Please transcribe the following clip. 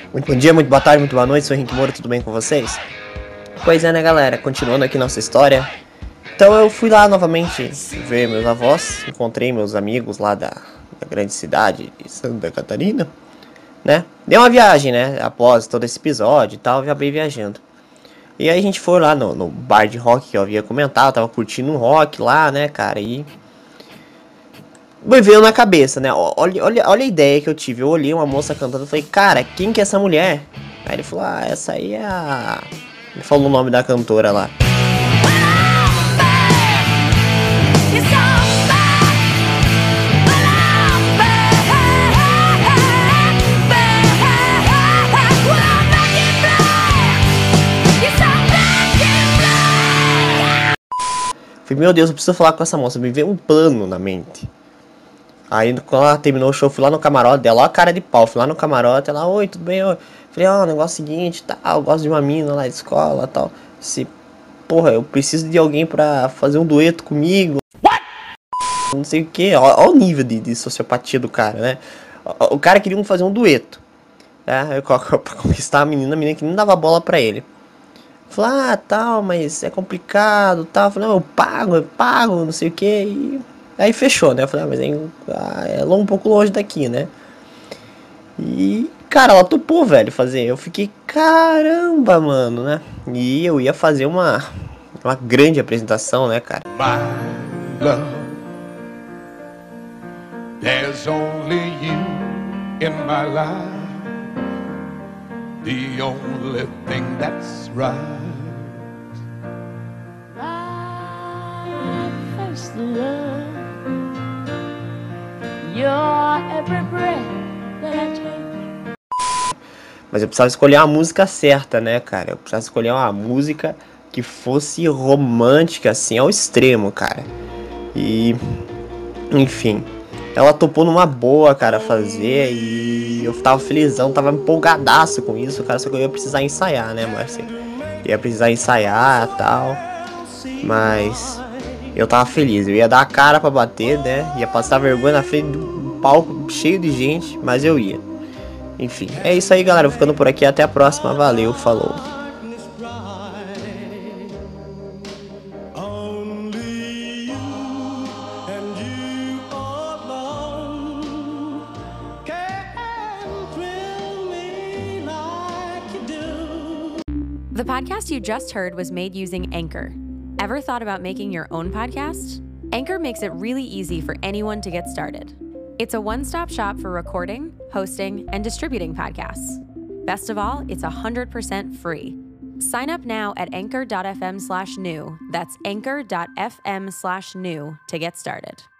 Muito bom dia, muito boa tarde, muito boa noite, sou o Henrique Moura, tudo bem com vocês? Pois é, né, galera, continuando aqui nossa história. Então eu fui lá novamente ver meus avós, encontrei meus amigos lá da grande cidade de Santa Catarina, né? Deu uma viagem, né, após todo esse episódio e tal, eu acabei viajando. E aí a gente foi lá no bar de rock que eu havia comentado, eu tava curtindo um rock lá, né, cara, e... me veio na cabeça, né? Olha a ideia que eu tive. Eu olhei uma moça cantando e falei, cara, quem que é essa mulher? Aí ele falou, essa aí é a... Ele falou o nome da cantora lá. Falei, meu Deus, eu preciso falar com essa moça. Me veio um plano na mente. Aí quando ela terminou o show, fui lá no camarote dela, ó a cara de pau, fui lá no camarote, ela, oi, tudo bem? Falei, o negócio seguinte, eu gosto de uma mina lá de escola, tal. Porra, eu preciso de alguém pra fazer um dueto comigo. What? Não sei o que, ó o nível de sociopatia do cara, né? O cara queria fazer um dueto, né? Pra conquistar a menina que não dava bola pra ele. Falei, tal, mas é complicado, tal. Falei, não, eu pago, não sei o que, e... Aí fechou, né? Eu falei, mas é um pouco longe daqui, né? E, cara, ela topou, velho, fazer. Eu fiquei, caramba, mano, né? E eu ia fazer uma grande apresentação, né, cara? My love, there's only you in my life, the only thing that's right. My first love. Mas eu precisava escolher uma música certa, né, cara? Eu precisava escolher uma música que fosse romântica, assim, ao extremo, cara. E... enfim. Ela topou numa boa, cara, fazer. E eu tava felizão, tava empolgadaço com isso, cara. Só que eu ia precisar ensaiar, né, Marcia? Ia precisar ensaiar e tal. Mas... eu tava feliz, eu ia dar a cara pra bater, né? Ia passar vergonha na frente do palco cheio de gente, mas eu ia. Enfim, é isso aí, galera. Eu ficando por aqui, até a próxima. Valeu, falou. The podcast you just heard was made using Anchor. Ever thought about making your own podcast? Anchor makes it really easy for anyone to get started. It's a one-stop shop for recording, hosting, and distributing podcasts. Best of all, it's 100% free. Sign up now at anchor.fm/new. That's anchor.fm/new to get started.